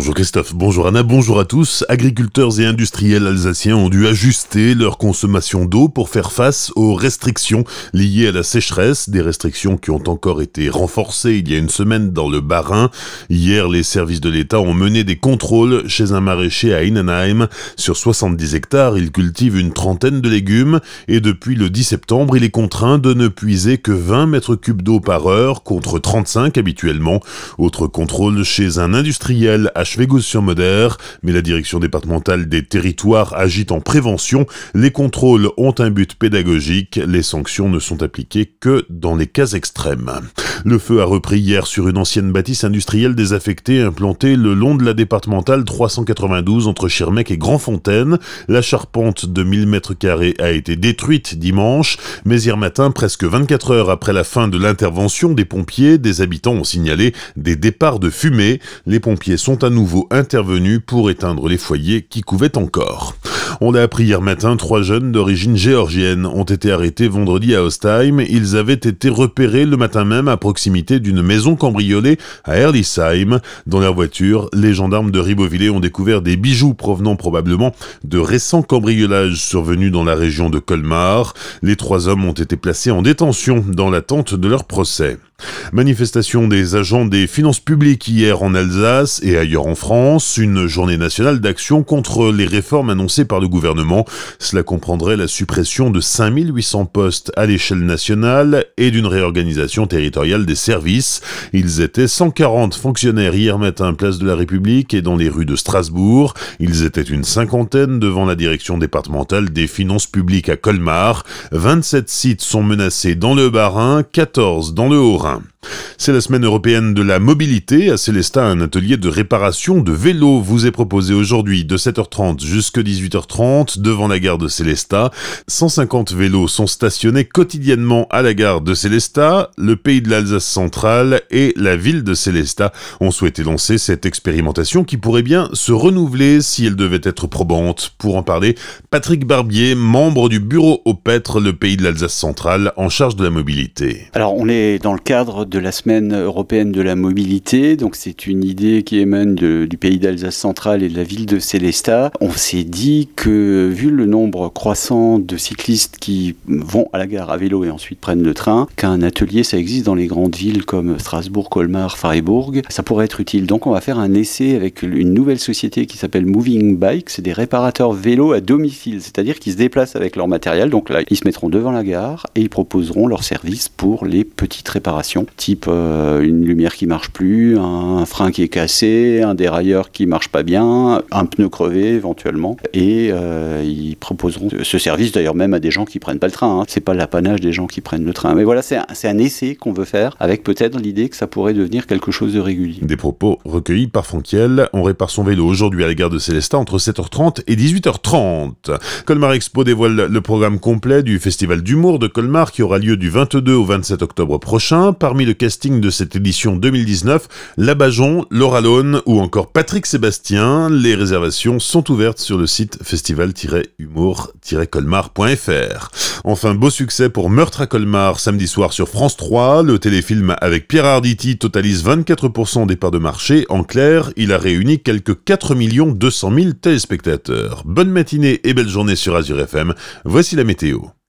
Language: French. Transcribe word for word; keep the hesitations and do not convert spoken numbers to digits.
Bonjour Christophe, bonjour Anna, bonjour à tous. Agriculteurs et industriels alsaciens ont dû ajuster leur consommation d'eau pour faire face aux restrictions liées à la sécheresse, des restrictions qui ont encore été renforcées il y a une semaine dans le Bas-Rhin. Hier, les services de l'État ont mené des contrôles chez un maraîcher à Innenheim. Sur soixante-dix hectares, il cultive une trentaine de légumes et depuis le dix septembre, il est contraint de ne puiser que vingt mètres cubes d'eau par heure contre trente-cinq habituellement. Autre contrôle chez un industriel à Schwegus-sur-Moder, mais la direction départementale des territoires agit en prévention. Les contrôles ont un but pédagogique, les sanctions ne sont appliquées que dans les cas extrêmes. Le feu a repris hier sur une ancienne bâtisse industrielle désaffectée implantée le long de la départementale trois cent quatre-vingt-douze entre Schirmeck et Grandfontaine. La charpente de mille mètres carrés a été détruite dimanche, mais hier matin, presque vingt-quatre heures après la fin de l'intervention des pompiers, des habitants ont signalé des départs de fumée. Les pompiers sont à nouveau intervenus pour éteindre les foyers qui couvaient encore. On l'a appris hier matin, trois jeunes d'origine géorgienne ont été arrêtés vendredi à Ostheim. Ils avaient été repérés le matin même à proximité d'une maison cambriolée à Herlisheim. Dans leur voiture, les gendarmes de Ribeauvillé ont découvert des bijoux provenant probablement de récents cambriolages survenus dans la région de Colmar. Les trois hommes ont été placés en détention dans l'attente de leur procès. Manifestation des agents des finances publiques hier en Alsace et ailleurs en France, une journée nationale d'action contre les réformes annoncées par le gouvernement. Cela comprendrait la suppression de cinq mille huit cents postes à l'échelle nationale et d'une réorganisation territoriale des services. Ils étaient cent quarante fonctionnaires hier matin place de la République et dans les rues de Strasbourg. Ils étaient une cinquantaine devant la direction départementale des finances publiques à Colmar. vingt-sept sites sont menacés dans le Bas-Rhin, quatorze dans le Haut-Rhin. C'est la semaine européenne de la mobilité. À Sélestat, un atelier de réparation de vélos vous est proposé aujourd'hui de sept heures trente jusqu'à dix-huit heures trente devant la gare de Sélestat. cent cinquante vélos sont stationnés quotidiennement à la gare de Sélestat. Le pays de l'Alsace centrale et la ville de Sélestat ont souhaité lancer cette expérimentation qui pourrait bien se renouveler si elle devait être probante. Pour en parler, Patrick Barbier, membre du bureau OPETRE, le pays de l'Alsace centrale, en charge de la mobilité. Alors, on est dans le cadre de la semaine européenne de la mobilité, donc c'est une idée qui émane de, du pays d'Alsace centrale et de la ville de Sélestat. On s'est dit que, vu le nombre croissant de cyclistes qui vont à la gare à vélo et ensuite prennent le train, qu'un atelier, ça existe dans les grandes villes comme Strasbourg, Colmar, Freiburg, ça pourrait être utile. Donc on va faire un essai avec une nouvelle société qui s'appelle Moving Bike, c'est des réparateurs vélo à domicile, c'est-à-dire qu'ils se déplacent avec leur matériel, donc là ils se mettront devant la gare et ils proposeront leur service pour les petites réparations, type euh, une lumière qui marche plus, un, un frein qui est cassé, un dérailleur qui marche pas bien, un pneu crevé éventuellement, et euh, ils proposeront ce service d'ailleurs même à des gens qui prennent pas le train, hein. C'est pas l'apanage des gens qui prennent le train, mais voilà, c'est un, c'est un essai qu'on veut faire avec peut-être l'idée que ça pourrait devenir quelque chose de régulier. Des propos recueillis par Franquiel. On répare son vélo aujourd'hui à la gare de Sélestat entre sept heures trente et dix-huit heures trente. Colmar Expo dévoile le programme complet du festival d'humour de Colmar qui aura lieu du vingt-deux au vingt-sept octobre prochain. Parmi le casting de cette édition deux mille dix-neuf, Labajon, Laura Lone ou encore Patrick Sébastien. Les réservations sont ouvertes sur le site festival tiret humour tiret colmar point f r. Enfin, beau succès pour Meurtre à Colmar samedi soir sur France trois. Le téléfilm avec Pierre Arditi totalise vingt-quatre pour cent des parts de marché. En clair, il a réuni quelques quatre millions deux cent mille téléspectateurs. Bonne matinée et belle journée sur Azure F M. Voici la météo.